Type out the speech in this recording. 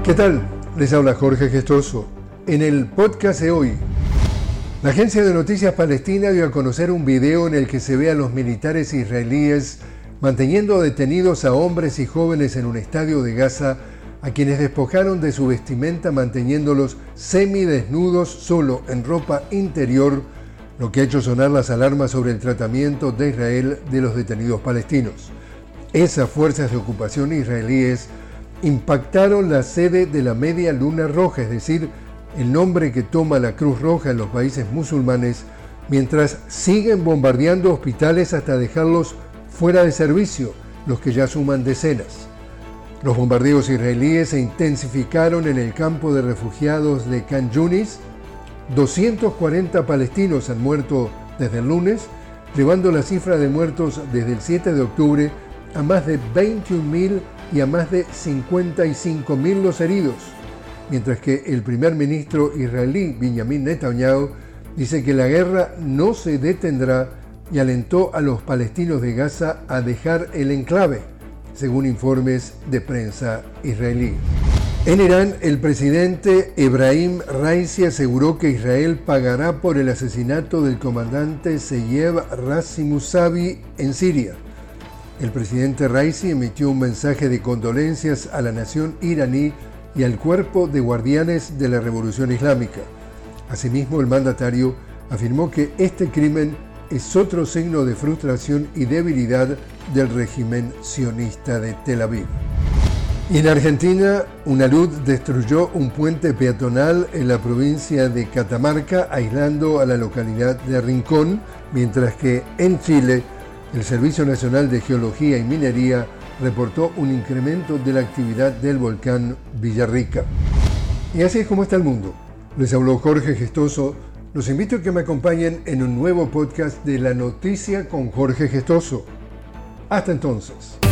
¿Qué tal? Les habla Jorge Gestoso. En el podcast de hoy, la agencia de noticias palestina dio a conocer un video en el que se ve a los militares israelíes manteniendo detenidos a hombres y jóvenes en un estadio de Gaza, a quienes despojaron de su vestimenta manteniéndolos semidesnudos solo en ropa interior, lo que ha hecho sonar las alarmas sobre el tratamiento de Israel de los detenidos palestinos. Esas fuerzas de ocupación israelíes impactaron la sede de la Media Luna Roja, es decir, el nombre que toma la Cruz Roja en los países musulmanes, mientras siguen bombardeando hospitales hasta dejarlos fuera de servicio, los que ya suman decenas. Los bombardeos israelíes se intensificaron en el campo de refugiados de Khan Yunis. 240 palestinos han muerto desde el lunes, llevando la cifra de muertos desde el 7 de octubre a más de 21.000 y a más de 55.000 los heridos, mientras que el primer ministro israelí Benjamin Netanyahu dice que la guerra no se detendrá y alentó a los palestinos de Gaza a dejar el enclave, según informes de prensa israelí. En Irán, el presidente Ebrahim Raisi aseguró que Israel pagará por el asesinato del comandante Seyed Razi Mousavi en Siria. El presidente Raisi emitió un mensaje de condolencias a la nación iraní y al cuerpo de guardianes de la Revolución Islámica. Asimismo, el mandatario afirmó que este crimen es otro signo de frustración y debilidad del régimen sionista de Tel Aviv. Y en Argentina, una luz destruyó un puente peatonal en la provincia de Catamarca, aislando a la localidad de Rincón, mientras que en Chile, el Servicio Nacional de Geología y Minería reportó un incremento de la actividad del volcán Villarrica. Y así es como está el mundo. Les habló Jorge Gestoso. Los invito a que me acompañen en un nuevo podcast de La Noticia con Jorge Gestoso. Hasta entonces.